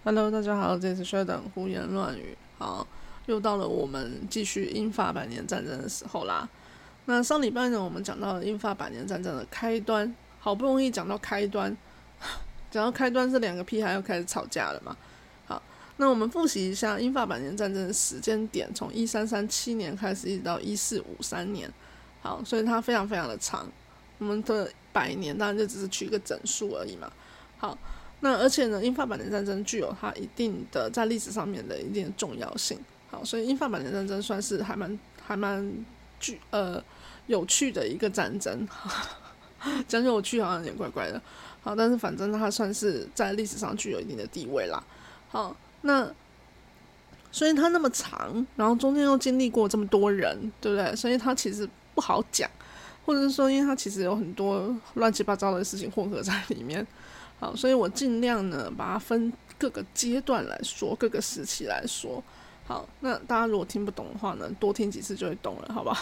Hello，大家好，这次是等胡言乱语。好，又到了我们继续英法百年战争的时候啦。那上礼拜呢，我们讲到了英法百年战争的开端，好不容易讲到开端，讲到开端是两个屁孩要开始吵架了嘛。好，那我们复习一下英法百年战争的时间点，从1337年开始一直到1453年。好，所以它非常非常的长。我们的百年当然就只是取一个整数而已嘛。好。那而且呢，英法百年战争具有它一定的在历史上面的一定的重要性。好，所以英法百年战争算是还蛮有趣的一个战争。讲有趣好像有点怪怪的。好，但是反正它算是在历史上具有一定的地位啦。好，那所以它那么长，然后中间又经历过这么多人，对不对？所以它其实不好讲，或者是说，因为它其实有很多乱七八糟的事情混合在里面。好，所以我尽量呢把它分各个阶段来说，各个时期来说。好，那大家如果听不懂的话呢，多听几次就会懂了，好吧？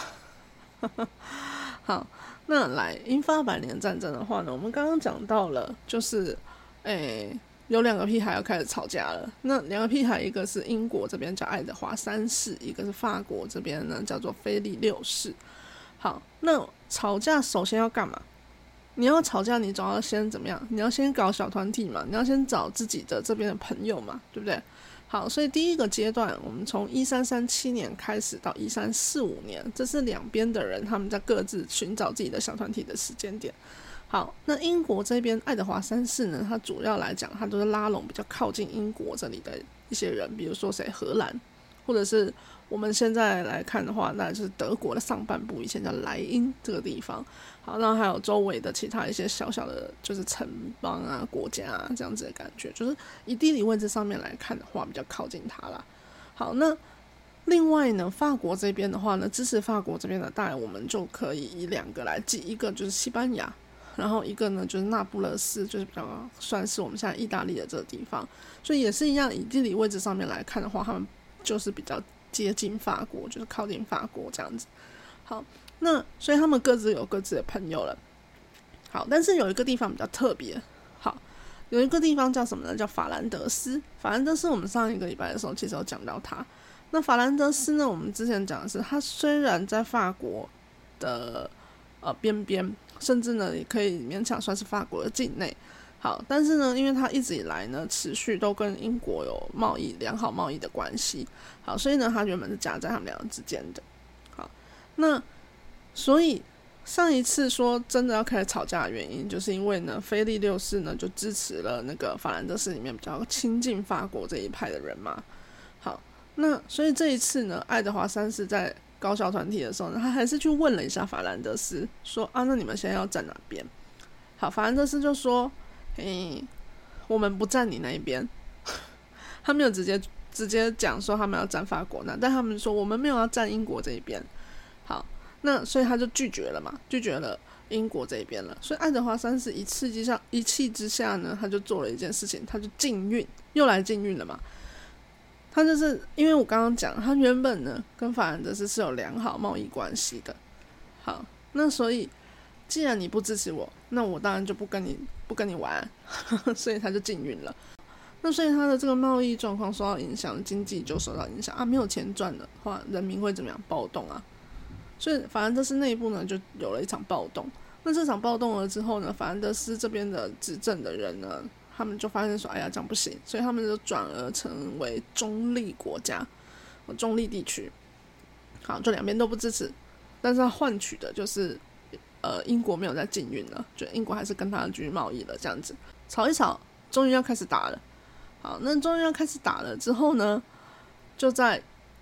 好，那来英法百年战争的话呢，我们刚刚讲到了，就是有两个屁孩要开始吵架了。那两个屁孩，一个是英国这边叫爱德华三世，一个是法国这边呢叫做菲利六世。好，那吵架首先要干嘛？你要吵架，你总要先怎么样？你要先搞小团体嘛，你要先找自己的这边的朋友嘛，对不对？好，所以第一个阶段，我们从1337年开始到1345年，这是两边的人他们在各自寻找自己的小团体的时间点。好，那英国这边爱德华三世呢，他主要来讲，他都是拉拢比较靠近英国这里的一些人，比如说谁荷兰，或者是我们现在来看的话，那就是德国的上半部，以前叫莱茵这个地方。好，那还有周围的其他一些小小的，就是城邦啊、国家啊这样子的感觉，就是以地理位置上面来看的话，比较靠近它啦。好，那另外呢，法国这边的话呢，支持法国这边的，当然我们就可以以两个来记，一个就是西班牙，然后一个呢就是那不勒斯，就是比较算是我们现在意大利的这个地方，所以也是一样，以地理位置上面来看的话，他们就是比较接近法国，就是靠近法国这样子。好，那所以他们各自有各自的朋友了。好，但是有一个地方比较特别。好，有一个地方叫什么呢？叫法兰德斯。法兰德斯我们上一个礼拜的时候其实有讲到它。那法兰德斯呢，我们之前讲的是，它虽然在法国的边边，甚至呢也可以勉强算是法国的境内。好，但是呢，因为它一直以来呢持续都跟英国有良好贸易的关系。好，所以呢它原本是夹在他们两个之间的。好，那所以上一次说真的要开始吵架的原因，就是因为呢，菲利六世呢就支持了那个法兰德斯里面比较亲近法国这一派的人嘛。好，那所以这一次呢，爱德华三世在搞小团体的时候呢，他还是去问了一下法兰德斯，说啊，那你们现在要站哪边？好，法兰德斯就说，我们不站你那一边。他没有直接讲说他们要站法国那，但他们说我们没有要站英国这一边。好。那所以他就拒绝了嘛，拒绝了英国这边了。所以爱德华三世一气之下呢，他就做了一件事情，他就禁运，又来禁运了嘛。他就是因为我刚刚讲，他原本呢跟法兰德斯是有良好贸易关系的。好，那所以既然你不支持我，那我当然就不跟你玩，所以他就禁运了。那所以他的这个贸易状况受到影响，经济就受到影响啊，没有钱赚的话，人民会怎么样？暴动啊。所以法兰德斯内部呢就有了一场暴动。那这场暴动了之后呢，法兰德斯这边的执政的人呢，他们就发现说，哎呀，这样不行，所以他们就转而成为中立国家，中立地区。好，就两边都不支持，但是他换取的就是英国没有再禁运了，就英国还是跟他继续贸易了，这样子吵一吵，终于要开始打了。好，那终于要开始打了之后呢，就在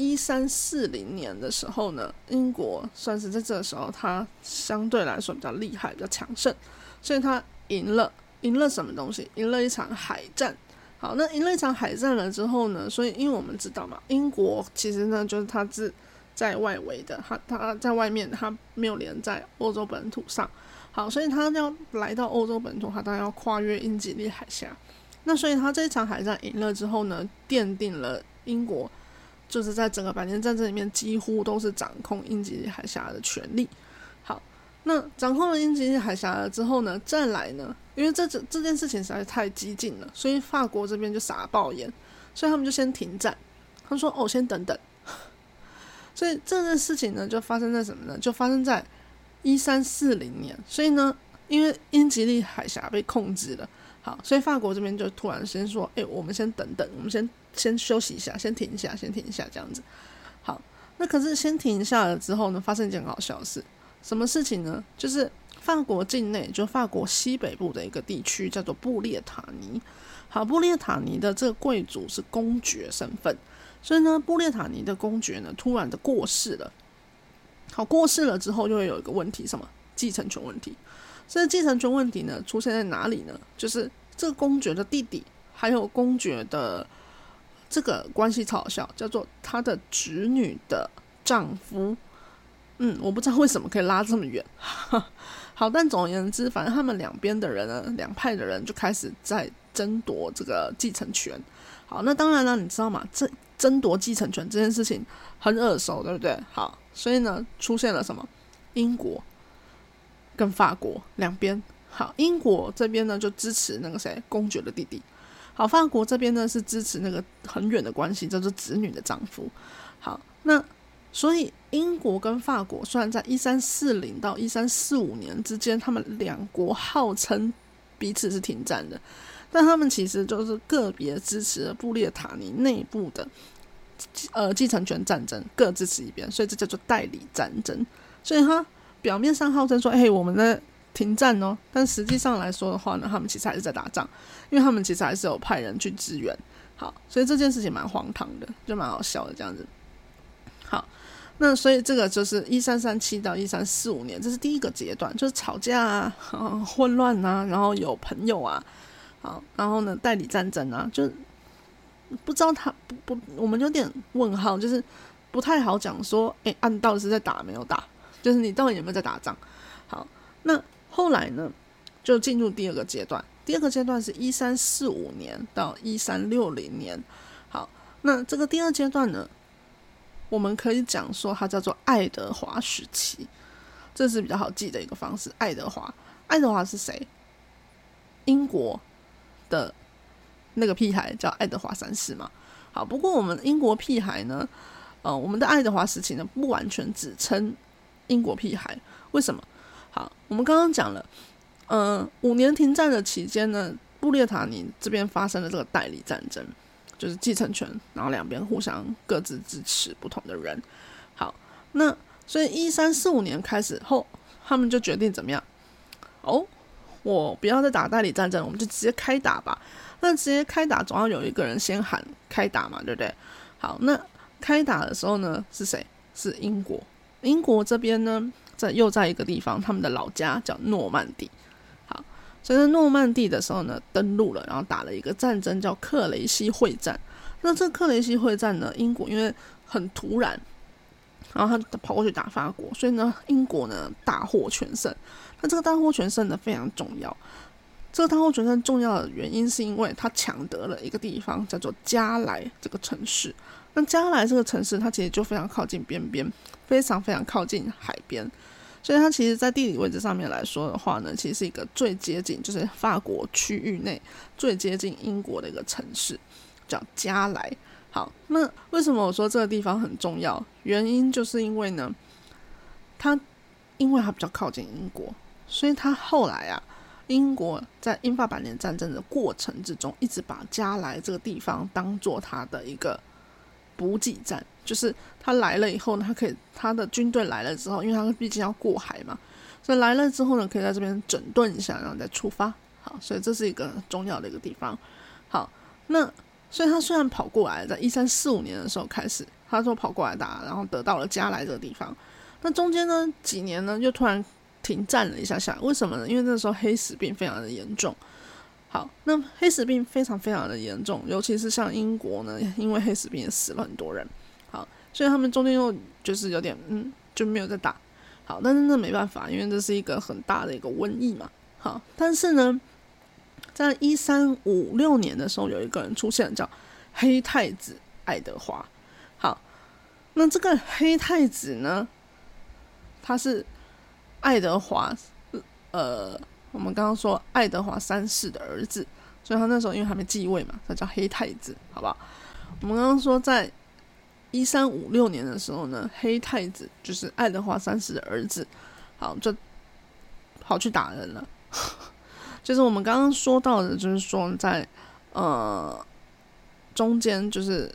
1340年的时候呢，英国算是在这个时候，它相对来说比较厉害，比较强盛，所以它赢了什么东西？赢了一场海战。好，那赢了一场海战了之后呢，所以因为我们知道嘛，英国其实呢就是它是在外围的，它在外面，它没有连在欧洲本土上。好，所以它要来到欧洲本土，它当然要跨越英吉利海峡。那所以它这一场海战赢了之后呢，奠定了英国就是在整个百年战争里面几乎都是掌控英吉利海峡的权利。好，那掌控了英吉利海峡了之后呢，再来呢， 因为这件事情实在太激进了，所以法国这边就傻爆眼，所以他们就先停战。他说：“哦，先等等。”所以这件事情呢，就发生在什么呢？就发生在1340年。所以呢，因为英吉利海峡被控制了，好，所以法国这边就突然先说：“我们先等等，我们先休息一下，先停一下，这样子。”好，那可是先停一下了之后呢，发生一件很好笑的事。什么事情呢？就是法国境内，就法国西北部的一个地区叫做布列塔尼。好，布列塔尼的这个贵族是公爵身份，所以呢，布列塔尼的公爵呢突然的过世了。好，过世了之后就会有一个问题，什么？继承权问题。这继承权问题呢出现在哪里呢？就是这个公爵的弟弟还有公爵的这个关系超好笑，叫做他的侄女的丈夫。我不知道为什么可以拉这么远。好，但总而言之，反正他们两边的人呢，两派的人就开始在争夺这个继承权。好，那当然了，你知道吗？这争夺继承权这件事情很耳熟，对不对？好，所以呢，出现了什么？英国跟法国两边。好，英国这边呢就支持那个谁，公爵的弟弟。好，法国这边呢是支持那个很远的关系，叫做子女的丈夫。好，那所以英国跟法国虽然在1340到1345年之间，他们两国号称彼此是停战的，但他们其实就是个别支持了布列塔尼内部的继承权战争，各支持一边，所以这叫做代理战争。所以他表面上号称说我们在停战哦，但实际上来说的话呢，他们其实还是在打仗，因为他们其实还是有派人去支援。好，所以这件事情蛮荒唐的，就蛮好笑的这样子。好，那所以这个就是1337到1345年，这是第一个阶段，就是吵架啊、混乱啊，然后有朋友啊，好，然后呢代理战争啊，就不知道他我们有点问号，就是不太好讲说，你到底是在打没有打，就是你到底有没有在打仗。好，那后来呢就进入第二个阶段，第二个阶段是1345年到1360年。好，那这个第二阶段呢，我们可以讲说它叫做爱德华时期，这是比较好记的一个方式。爱德华是谁？英国的那个屁孩叫爱德华三世嘛。好，不过我们英国屁孩呢，我们的爱德华时期呢不完全只称英国屁孩，为什么？好，我们刚刚讲了，5年停战的期间呢，布列塔尼这边发生了这个代理战争，就是继承权，然后两边互相各自支持不同的人。好，那所以1345年开始后，他们就决定怎么样？我不要再打代理战争，我们就直接开打吧。那直接开打，总要有一个人先喊开打嘛，对不对？好，那开打的时候呢，是谁？是英国。英国这边呢，又在一个地方，他们的老家叫诺曼底。好，所以在诺曼底的时候呢，登陆了，然后打了一个战争叫克雷西会战。那这克雷西会战呢，英国因为很突然，然后他跑过去打法国，所以呢，英国呢大获全胜。那这个大获全胜呢非常重要。这个大获全胜重要的原因是因为他抢得了一个地方叫做加莱这个城市。那加莱这个城市它其实就非常靠近边边，非常非常靠近海边，所以它其实在地理位置上面来说的话呢，其实是一个最接近，就是法国区域内最接近英国的一个城市，叫加莱。好，那为什么我说这个地方很重要？原因就是因为呢，因为它比较靠近英国，所以它后来啊，英国在英法百年战争的过程之中，一直把加莱这个地方当做它的一个补给站，就是他来了以后呢，他的军队来了之后，因为他毕竟要过海嘛，所以来了之后呢，可以在这边整顿一下，然后再出发。好，所以这是一个很重要的一个地方。好，那所以他虽然跑过来，在1345年的时候开始，他说跑过来打，然后得到了加莱这个地方。那中间呢几年呢，又突然停战了一下下，为什么呢？因为那时候黑死病非常的严重。好，那黑死病非常非常的严重，尤其是像英国呢，因为黑死病也死了很多人。好，所以他们中间又就是有点就没有在打。好，但是那没办法，因为这是一个很大的一个瘟疫嘛。好，但是呢，在1356年的时候，有一个人出现，叫黑太子爱德华。好，那这个黑太子呢，他是爱德华我们刚刚说爱德华三世的儿子，所以他那时候因为还没继位嘛，他叫黑太子，好不好？我们刚刚说在1356年的时候呢，黑太子就是爱德华三世的儿子，好就跑去打人了。就是我们刚刚说到的，就是说在中间就是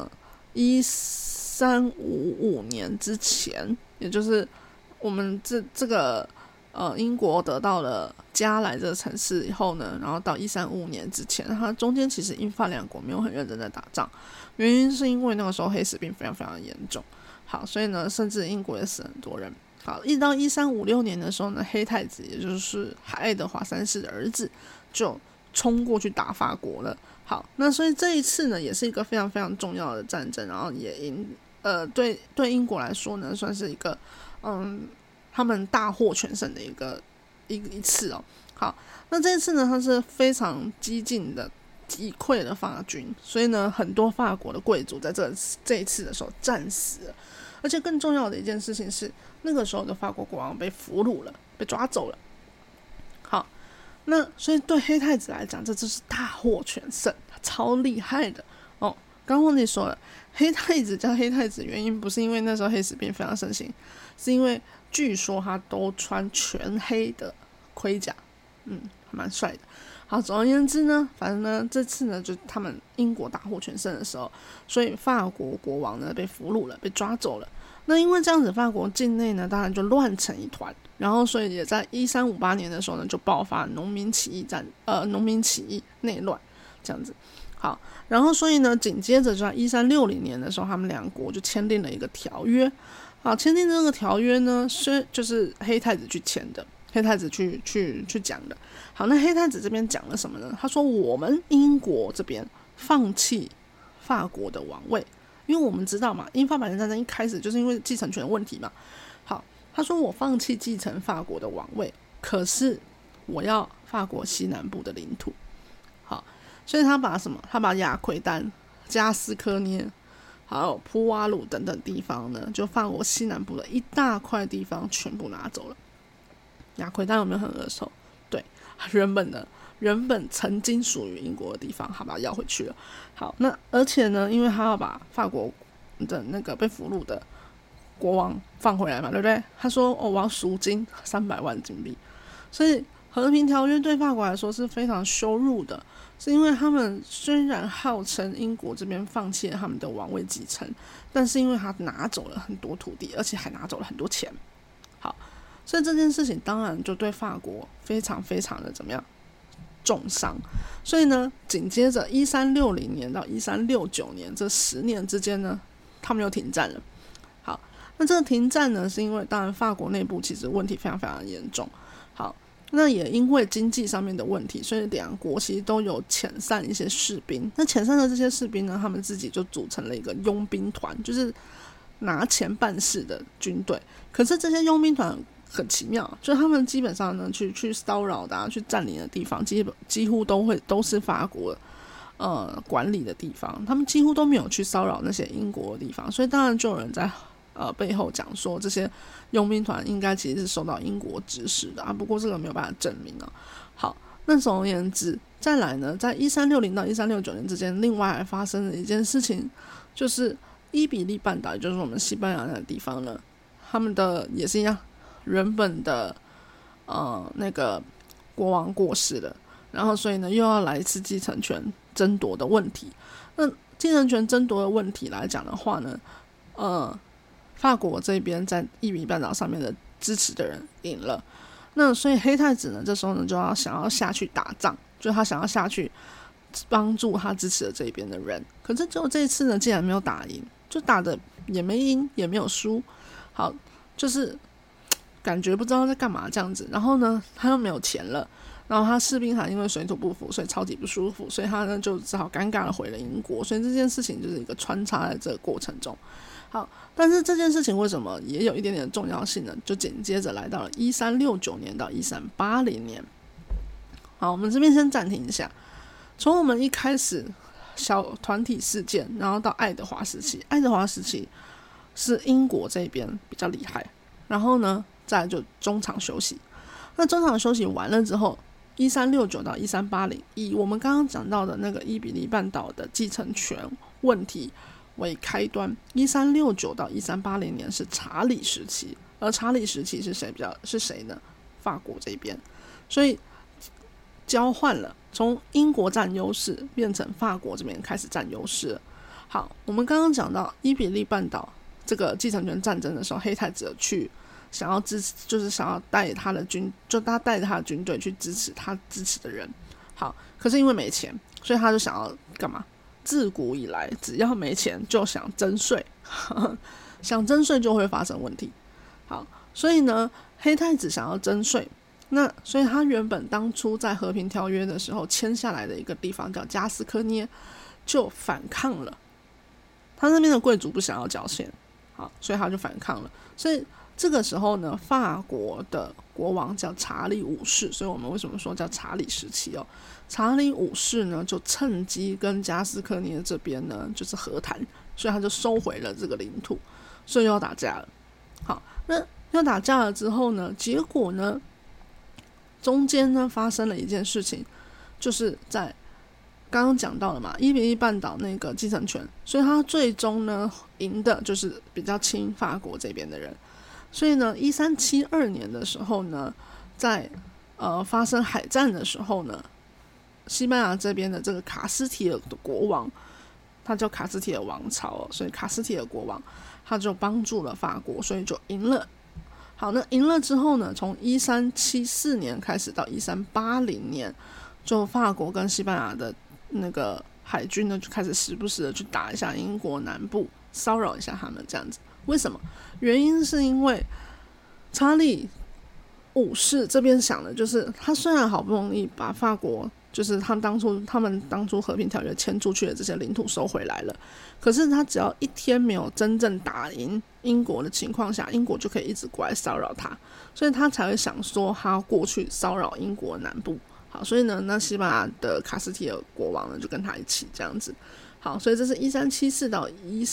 1355年之前，也就是我们这个英国得到了加莱这个城市以后呢，然后到1355年之前，它中间其实英法两国没有很认真在打仗，原因是因为那个时候黑死病非常非常严重。好，所以呢，甚至英国也死很多人。好，一直到1356年的时候呢，黑太子也就是爱德华三世的儿子就冲过去打法国了。好，那所以这一次呢，也是一个非常非常重要的战争，然后也对英国来说呢，算是一个他们大获全胜的一次哦。好，那这一次呢，它是非常激进的击溃了法军，所以呢，很多法国的贵族在这一次的时候战死了。而且更重要的一件事情是，那个时候的法国国王被俘虏了，被抓走了。好，那所以对黑太子来讲，这就是大获全胜，超厉害的哦。刚忘记说了，黑太子叫黑太子原因不是因为那时候黑死病非常盛行，是因为据说他都穿全黑的盔甲，还蛮帅的。好，总而言之呢，反正呢，这次呢，就他们英国大获全胜的时候，所以法国国王呢被俘虏了，被抓走了。那因为这样子，法国境内呢，当然就乱成一团。然后，所以也在1358年的时候呢，就爆发农民起义内乱这样子。好，然后所以呢，紧接着就在1360年的时候，他们两国就签订了一个条约。好，签订这个条约呢，就是黑太子去签的。黑太子去讲的。好，那黑太子这边讲了什么呢？他说我们英国这边放弃法国的王位，因为我们知道嘛，英法百年战争一开始就是因为继承权的问题嘛。好，他说我放弃继承法国的王位，可是我要法国西南部的领土。好，所以他把什么？他把雅奎丹、加斯科涅还有普瓦鲁等等地方呢，就法国西南部的一大块地方全部拿走了。雅奎丹有没有很耳熟？对，原本曾经属于英国的地方，他把它要回去了。好，那而且呢，因为他要把法国的那个被俘虏的国王放回来嘛，对不对？他说我要赎金300万金币，所以和平条约对法国来说是非常羞辱的，是因为他们虽然号称英国这边放弃了他们的王位继承，但是因为他拿走了很多土地，而且还拿走了很多钱。好，所以这件事情当然就对法国非常非常的怎么样重伤。所以呢，紧接着1360年到1369年这10年之间呢，他们又停战了。好，那这个停战呢，是因为当然法国内部其实问题非常非常严重。好，那也因为经济上面的问题，所以两国其实都有遣散一些士兵。那遣散的这些士兵呢，他们自己就组成了一个佣兵团，就是拿钱办事的军队。可是这些佣兵团很奇妙，就是他们基本上呢去骚扰的去占领的地方，几乎都是法国管理的地方，他们几乎都没有去骚扰那些英国的地方。所以当然就有人在背后讲说，这些佣兵团应该其实是受到英国指使的啊。不过这个没有办法证明啊。好，那总而言之，再来呢，在1360到1369年之间，另外还发生了一件事情，就是伊比利半岛，也就是我们西班牙那个地方呢，他们的也是一样，原本的那个国王过世了，然后所以呢又要来一次继承权争夺的问题。那继承权争夺的问题来讲的话呢，法国这边在伊比利半岛上面的支持的人赢了，那所以黑太子呢这时候呢就想要下去打仗，就他想要下去帮助他支持的这一边的人。可是只有这一次呢，竟然没有打赢，就打的也没赢也没有输。好，就是感觉不知道在干嘛这样子。然后呢，他又没有钱了，然后他士兵还因为水土不服，所以超级不舒服，所以他呢就只好尴尬的回了英国。所以这件事情就是一个穿插在这个过程中。好，但是这件事情为什么也有一点点的重要性呢？就紧接着来到了1369年到1380年。好，我们这边先暂停一下，从我们一开始小团体事件，然后到爱德华时期，爱德华时期是英国这边比较厉害，然后呢再来就中场休息。 那中场休息完了之后，1369到1380，以我们刚刚讲到的那个伊比利半岛的继承权问题为开端，1369到1380年是查理时期，而查理时期是谁呢？法国这边，所以交换了，从英国占优势变成法国这边开始占优势了。好，我们刚刚讲到伊比利半岛这个继承权战争的时候，黑太子去想要支持，就是想要带他的军，就他带着他的军队去支持他支持的人。好，可是因为没钱，所以他就想要干嘛？自古以来，只要没钱就想征税，想征税就会发生问题。好，所以呢，黑太子想要征税，那所以他原本当初在和平条约的时候签下来的一个地方叫加斯科涅，就反抗了。他那边的贵族不想要缴钱，好，所以他就反抗了。所以这个时候呢，法国的国王叫查理五世，所以我们为什么说叫查理时期哦？查理五世呢，就趁机跟加斯科涅这边呢就是和谈，所以他就收回了这个领土，所以又要打架了。好，那要打架了之后呢，结果呢，中间呢发生了一件事情，就是在刚刚讲到了嘛，伊比利半岛那个继承权，所以他最终呢赢的就是比较亲法国这边的人。所以呢，1372年的时候呢，在发生海战的时候呢，西班牙这边的这个卡斯提尔的国王，他叫卡斯提尔王朝所以卡斯提尔国王他就帮助了法国，所以就赢了。好，那赢了之后呢，从1374年开始到1380年，就法国跟西班牙的那个海军呢，就开始时不时的去打一下英国南部，骚扰一下他们这样子。为什么？原因是因为查理五世这边想的就是，他虽然好不容易把法国，就是他们当初和平条约签出去的这些领土收回来了，可是他只要一天没有真正打赢英国的情况下，英国就可以一直过来骚扰他，所以他才会想说他要过去骚扰英国南部。好，所以呢，那西班牙的卡斯提尔国王呢就跟他一起这样子。好，所以这是1374到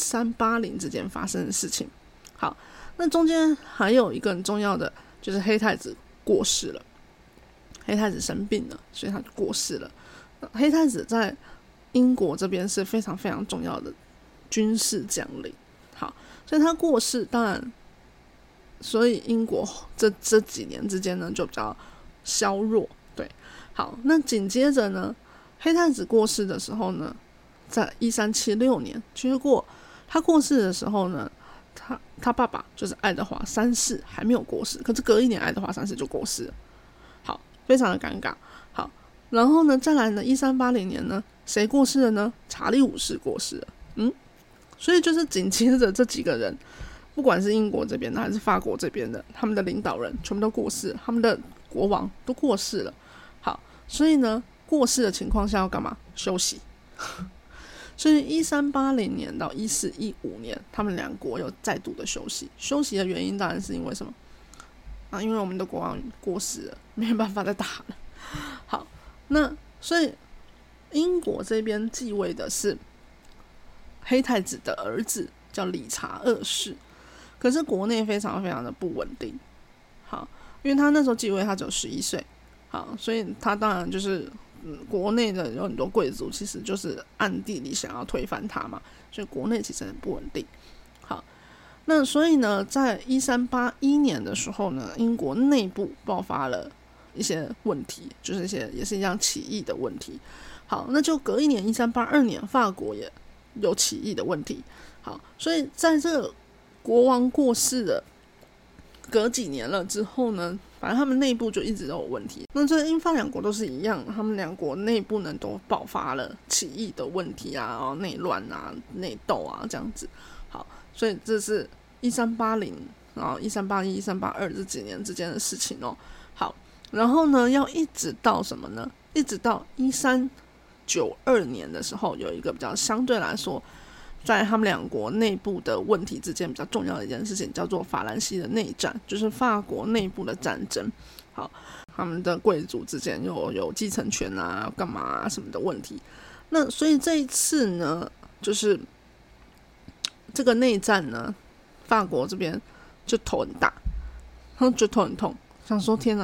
1380之间发生的事情。好，那中间还有一个很重要的，就是黑太子过世了，黑太子生病了，所以他就过世了。黑太子在英国这边是非常非常重要的军事将领。好，所以他过世，当然，所以英国这几年之间呢就比较削弱。对，好，那紧接着呢，黑太子过世的时候呢，在1376年，结果他过世的时候呢，他爸爸就是爱德华三世还没有过世，可是隔一年爱德华三世就过世了。好，非常的尴尬。好，然后呢，再来呢，1380年呢，谁过世了呢？查理五世过世了。所以就是紧接着这几个人，不管是英国这边的还是法国这边的，他们的领导人全部都过世了，他们的国王都过世了。好，所以呢，过世的情况下要干嘛？休息。所以1380年到1415年，他们两国又再度的休息。休息的原因当然是因为什么？因为我们的国王过世了，没有办法再打了。好，那所以英国这边继位的是黑太子的儿子，叫理查二世。可是国内非常非常的不稳定。好，因为他那时候继位，他只有11岁。好，所以他当然就是国内的有很多贵族，其实就是暗地里想要推翻他嘛，所以国内其实很不稳定。好，那所以呢，在1381年的时候呢，英国内部爆发了一些问题，就是也是一样起义的问题。好，那就隔一年1382年，法国也有起义的问题。好，所以在这个国王过世的隔几年了之后呢，反正他们内部就一直都有问题。那这英法两国都是一样，他们两国内部呢都爆发了起义的问题啊，然后内乱啊、内斗啊这样子。好，所以这是1380，然后1381、1382这几年之间的事情哦。好，然后呢，要一直到什么呢？一直到1392年的时候，有一个比较相对来说，在他们两国内部的问题之间比较重要的一件事情，叫做法兰西的内战，就是法国内部的战争。好，他们的贵族之间有继承权啊、干嘛啊什么的问题。那所以这一次呢，就是这个内战呢，法国这边就头很大，他就头很痛，想说天哪，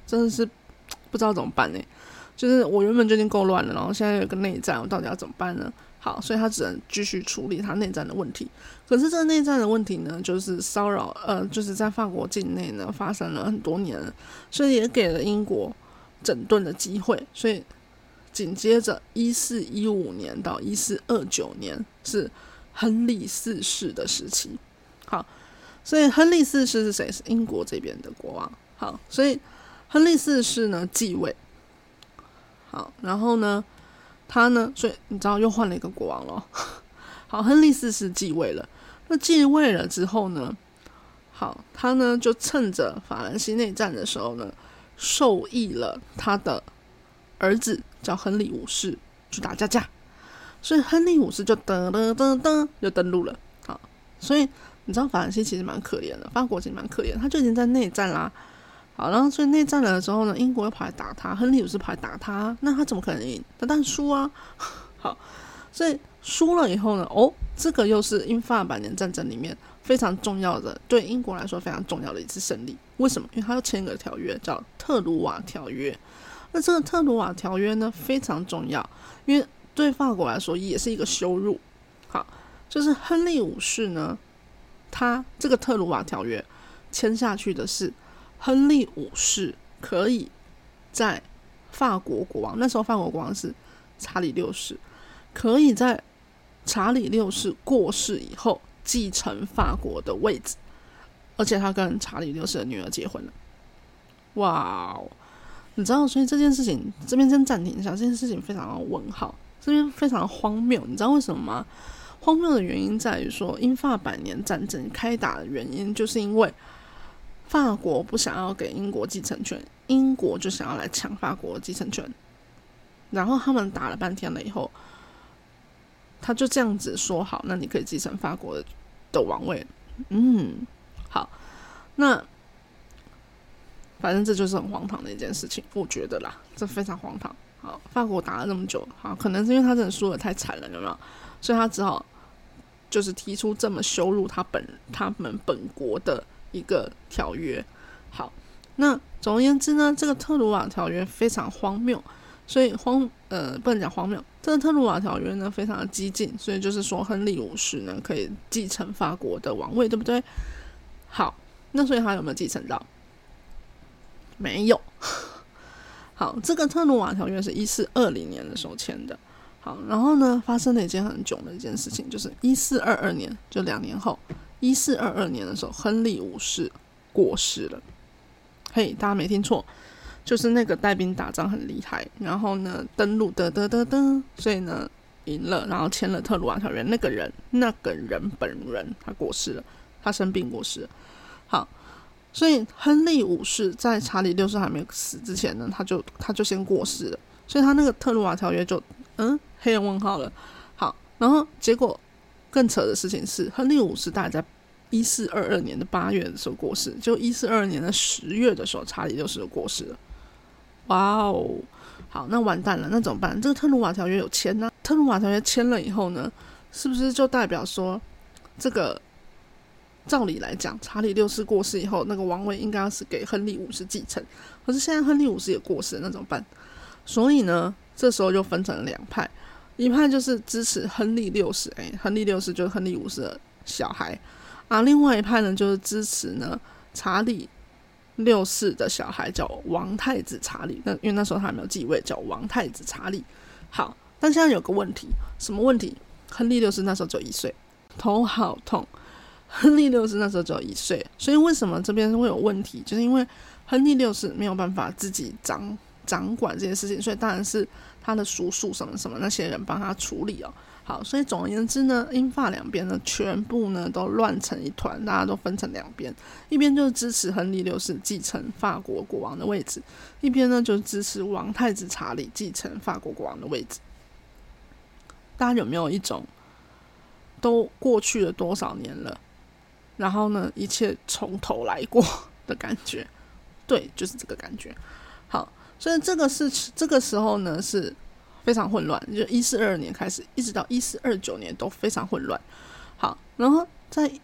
真的是不知道怎么办就是我原本就已经够乱了，然后现在有个内战，我到底要怎么办呢？好，所以他只能继续处理他内战的问题。可是这个内战的问题呢，就是骚扰，就是在法国境内呢发生了很多年了，所以也给了英国整顿的机会。所以紧接着1415年到1429年是亨利四世的时期。好，所以亨利四世是谁？是英国这边的国王。好，所以亨利四世呢继位。好，然后呢，他呢，所以你知道又换了一个国王了。好，亨利四世继位了。那继位了之后呢，好，他呢就趁着法兰西内战的时候呢，授意了他的儿子叫亨利五世去打架，所以亨利五世就就登陆了。好，所以你知道法兰西其实蛮可怜的，法国其实蛮可怜的，他就已经在内战啦。好，然后所以内战了的时候呢，英国又跑来打他，亨利五世跑来打他，那他怎么可能赢？他当然输啊。好，所以输了以后呢，这个又是英法百年战争里面非常重要的，对英国来说非常重要的一次胜利。为什么？因为他要签一个条约叫特鲁瓦条约。那这个特鲁瓦条约呢非常重要，因为对法国来说也是一个羞辱。好，就是亨利五世呢，他这个特鲁瓦条约签下去的是亨利五世可以在法国国王，那时候法国国王是查理六世，可以在查理六世过世以后继承法国的位置，而且他跟查理六世的女儿结婚了。哇哦！你知道，所以这件事情这边先暂停一下，这件事情非常的问号，这边非常的荒谬。你知道为什么吗？荒谬的原因在于说，英法百年战争开打的原因，就是因为法国不想要给英国继承权，英国就想要来抢法国的继承权。然后他们打了半天了以后，他就这样子说好，那你可以继承法国的王位。好，那反正这就是很荒唐的一件事情，我觉得啦，这非常荒唐。好，法国打了那么久，好，可能是因为他真的输得太惨了，有没有？所以他只好就是提出这么羞辱他们本国的一个条约。好，那总而言之呢，这个特鲁瓦条约非常荒谬，所以不能讲荒谬，这个特鲁瓦条约呢非常的激进，所以就是说亨利五世呢可以继承法国的王位，对不对？好，那所以他有没有继承到？没有。好，这个特鲁瓦条约是1420年的时候签的。好，然后呢，发生了一件很囧的一件事情，就是1422年，就2年后，1422年的时候，亨利五世过世了。嘿，大家没听错，就是那个带兵打仗很厉害，然后呢登陆所以呢赢了，然后签了特鲁瓦条约。那个人本人他过世了，他生病过世了。好，所以亨利五世在查理六世还没死之前呢，他就先过世了，所以他那个特鲁瓦条约就黑人问号了。好，然后结果更扯的事情是，亨利五世大概在1422年的8月的时候过世，就1422年的10月的时候，查理六世就过世了。哇哦！好，那完蛋了，那怎么办？这个特鲁瓦条约有签呢？特鲁瓦条约签了以后呢，是不是就代表说，这个照理来讲，查理六世过世以后，那个王位应该是给亨利五世继承。可是现在亨利五世也过世了，那怎么办？所以呢，这时候就分成了两派，一派就是支持亨利六世，亨利六世就是亨利五世的小孩啊，另外一派呢就是支持呢查理六世的小孩，叫王太子查理。那因为那时候他还没有继位，叫王太子查理。好，但现在有个问题，什么问题？亨利六世那时候只有1岁，头好痛。亨利六世那时候只有1岁，所以为什么这边会有问题？就是因为亨利六世没有办法自己掌管这些事情，所以当然是他的叔叔什么什么那些人帮他处理哦。好，所以总而言之呢，英法两边呢全部呢都乱成一团，大家都分成两边，一边就是支持亨利六世继承法国国王的位置，一边呢就是支持王太子查理继承法国国王的位置。大家有没有一种都过去了多少年了，然后呢一切从头来过的感觉？对，就是这个感觉。好，所以这个时候呢是非常混乱，就1422年开始一直到1429年都非常混乱。好，然后在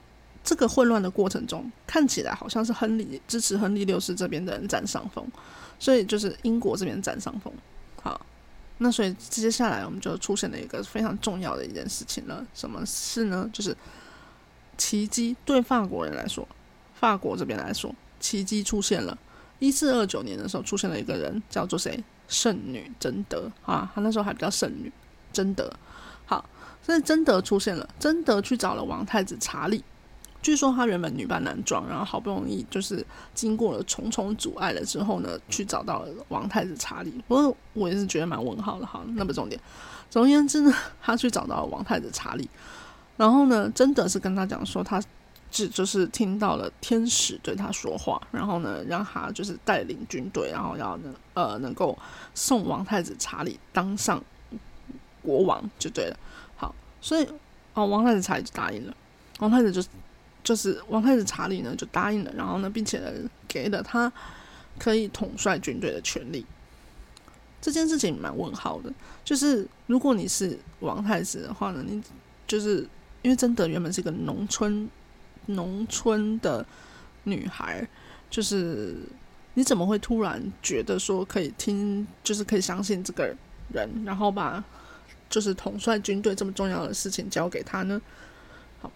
这个混乱的过程中，看起来好像是支持亨利六世这边的人占上风，所以就是英国这边占上风。好，那所以接下来我们就出现了一个非常重要的一件事情了，什么事呢？就是奇迹对法国人来说，法国这边来说，奇迹出现了。1429年的时候出现了一个人，叫做谁？圣女贞德啊，他那时候还不叫圣女，贞德。好，所以贞德出现了，贞德去找了王太子查理。据说他原本女扮男装，然后好不容易就是经过了重重阻碍了之后呢，去找到了王太子查理。不过我也是觉得蛮问号的，好，那不重点。总而言之呢，他去找到了王太子查理，然后呢，贞德是跟他讲说，他就是听到了天使对他说话，然后呢，让他就是带领军队，然后要能够送王太子查理当上国王就对了。好，所以王太子查理就答应了，王太子查理呢就答应了，然后呢，并且呢给了他可以统帅军队的权利。这件事情蛮问号的，就是如果你是王太子的话呢，你就是因为贞德原本是一个农村的女孩，就是你怎么会突然觉得说可以就是可以相信这个人，然后把就是统帅军队这么重要的事情交给他呢？好，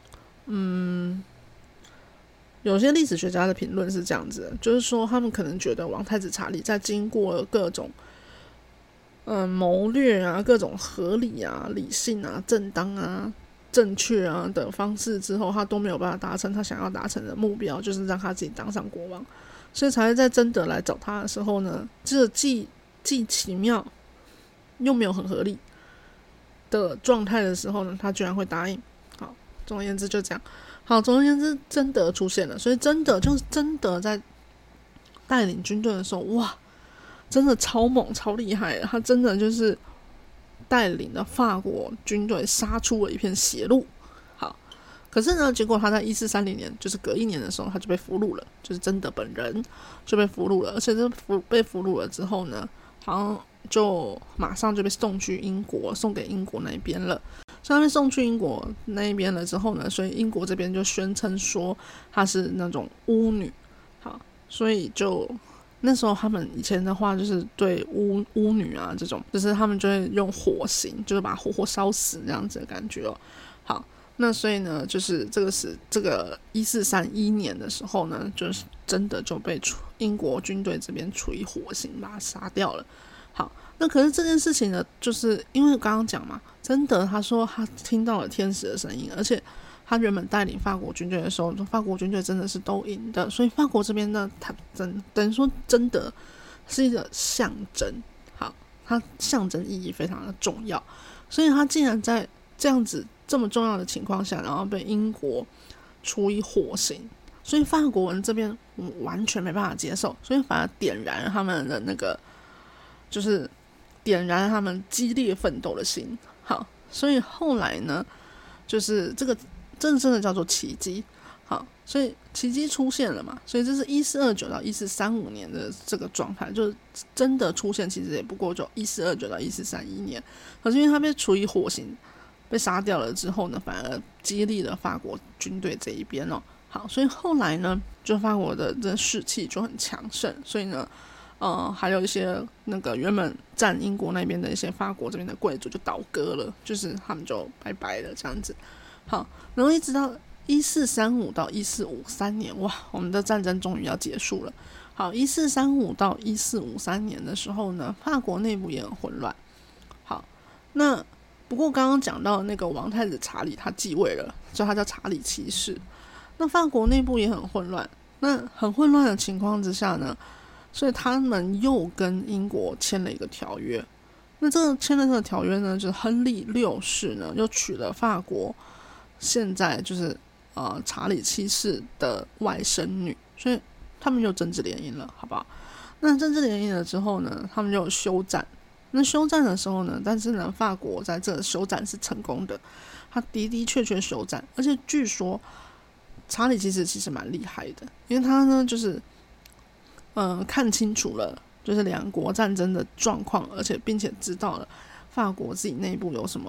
有些历史学家的评论是这样子的，就是说他们可能觉得王太子查理在经过各种谋略啊、各种合理啊、理性啊、正当啊、正确啊的方式之后，他都没有办法达成他想要达成的目标，就是让他自己当上国王，所以才会在贞德来找他的时候呢，这既奇妙又没有很合理的状态的时候呢，他居然会答应。好，总而言之就这样。好，总而言之，贞德出现了，所以贞德在带领军队的时候，哇，真的超猛超厉害的，他真的就是带领了法国军队杀出了一片血路。好，可是呢，结果他在1430年，就是隔一年的时候，他就被俘虏了，就是贞德本人就被俘虏了，而且被俘虏了之后呢，好像就马上就被送给英国那边了。所以他被送去英国那边了之后呢，所以英国这边就宣称说她是那种巫女。好，所以就那时候他们以前的话就是对巫女啊这种，就是他们就会用火刑，就是把活烧死这样子的感觉哦。好，那所以呢，就是这个1431年的时候呢，就是真的就被英国军队这边处以火刑把他杀掉了。好，那可是这件事情呢，就是因为刚刚讲嘛，贞德他说他听到了天使的声音，而且他原本带领法国军队的时候，法国军队真的是都赢的，所以法国这边呢，他等于说贞德是一个象征，好，它象征意义非常的重要，所以他竟然在这样子这么重要的情况下，然后被英国处以火刑，所以法国人这边完全没办法接受，所以反而点燃他们的那个，就是点燃他们激烈奋斗的心。好，所以后来呢，就是这个真的叫做奇迹。好，所以奇迹出现了嘛，所以这是1429到1435年的这个状态，就是真的出现其实也不过就1429到1431年，可是因为他被处以火刑被杀掉了之后呢，反而激励了法国军队这一边哦。好，所以后来呢，就法国的这士气就很强盛，所以呢还有一些那个原本占英国那边的一些法国这边的贵族就倒戈了，就是他们就拜拜了这样子。好，然后一直到1435到1453年，哇，我们的战争终于要结束了。好，1435到1453年的时候呢，法国内部也很混乱。好，那不过刚刚讲到那个王太子查理他继位了，所以他叫查理七世。那法国内部也很混乱，那很混乱的情况之下呢，所以他们又跟英国签了一个条约。那签了这个条约呢，就是亨利六世呢又娶了法国现在就是查理七世的外甥女，所以他们就政治联姻了，好不好？那政治联姻了之后呢，他们就有休战。那休战的时候呢，但是呢，法国在这休战是成功的，他的确休战，而且据说查理七世其实蛮厉害的，因为他呢就是看清楚了就是两国战争的状况，而且并且知道了法国自己内部有什么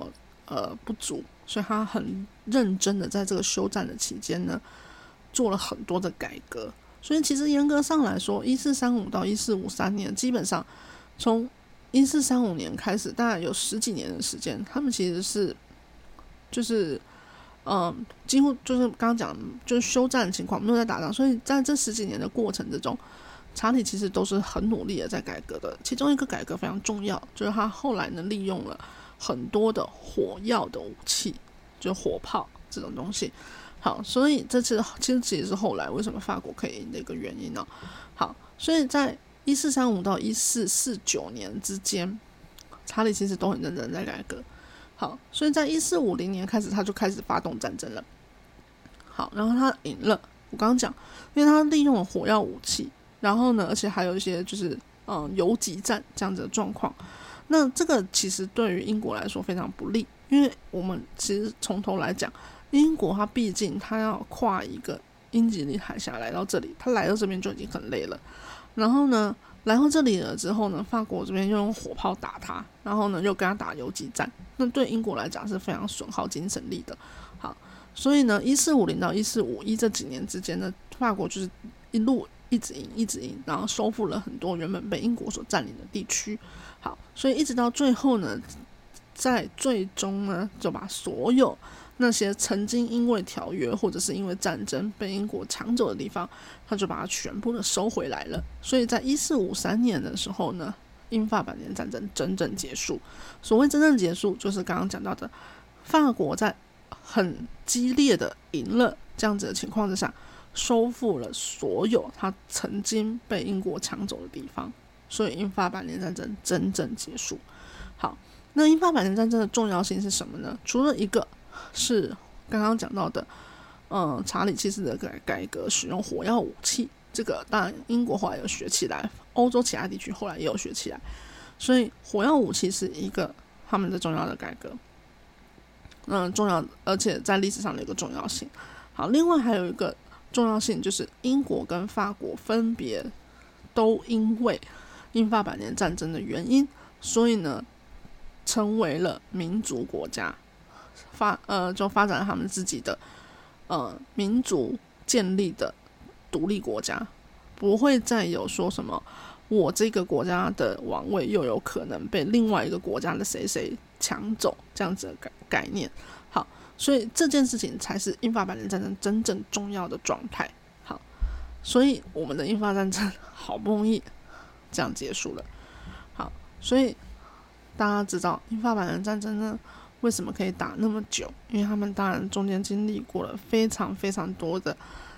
不足，所以他很认真的在这个休战的期间呢，做了很多的改革。所以其实严格上来说，1435到1453年，基本上从1435年开始，大概有10几年的时间，他们其实是就是几乎就是刚刚讲就是休战的情况，没有在打仗。所以在这10几年的过程之中，查理其实都是很努力的在改革的。其中一个改革非常重要，就是他后来呢利用了很多的火药的武器，就火炮这种东西。好，所以这其实也是后来为什么法国可以赢的一个原因哦。好，所以在1435到1449年之间，查理其实都很认真在改革。好，所以在1450年开始，他就开始发动战争了。好，然后他赢了。我刚刚讲，因为他利用了火药武器，然后呢，而且还有一些就是游击战这样子的状况。那这个其实对于英国来说非常不利，因为我们其实从头来讲，英国它毕竟它要跨一个英吉利海峡来到这里，它来到这边就已经很累了。然后呢，来到这里了之后呢，法国这边又用火炮打他，然后呢又跟他打游击战，那对英国来讲是非常损耗精神力的。好，所以呢，1450到1451这几年之间呢，法国就是一路一直赢，然后收复了很多原本被英国所占领的地区。好，所以一直到最后呢，在最终呢，就把所有那些曾经因为条约或者是因为战争被英国抢走的地方，他就把它全部的收回来了。所以在1453年的时候呢，英法百年战争真正结束。所谓真正结束，就是刚刚讲到的，法国在很激烈的赢了这样子的情况之下，收复了所有他曾经被英国抢走的地方，所以英法百年战争真正结束。好，那英法百年战争的重要性是什么呢？除了一个是刚刚讲到的查理七世的改革，使用火药武器，这个当然英国后来有学起来，欧洲其他地区后来也有学起来，所以火药武器是一个他们的重要的改革，重要，而且在历史上的一个重要性。好，另外还有一个重要性，就是英国跟法国分别都因为英法百年战争的原因，所以呢成为了民族国家，就发展了他们自己的民族建立的独立国家，不会再有说什么我这个国家的王位又有可能被另外一个国家的谁谁抢走这样子的概念。好，所以这件事情才是英法百年战争真正重要的状态。好，所以我们的英法战争好不容易这样结束了。好，所以大家知道英法百年战争呢为什么可以打那么久，因为他们当然中间经历过了非常非常多的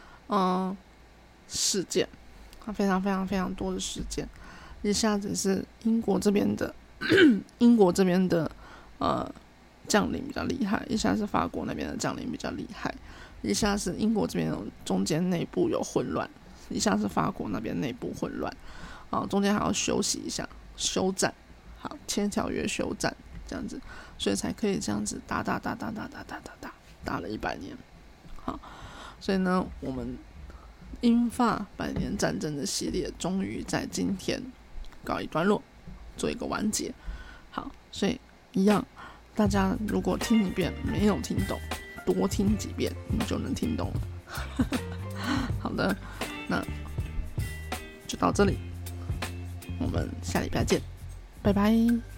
事件，非常非常非常多的事件。一下子是英国这边的将领比较厉害，一下是法国那边的将领比较厉害，一下是英国这边中间内部有混乱，一下是法国那边内部混乱，中间还要休息一下休战，好，签条约休战这样子，所以才可以这样子打了100年。好，所以呢我们英法百年战争的系列终于在今天告一段落，做一个完结。好，所以一样，大家如果听一遍没有听懂，多听几遍你就能听懂了。好的，那就到这里，我们下礼拜见，拜拜。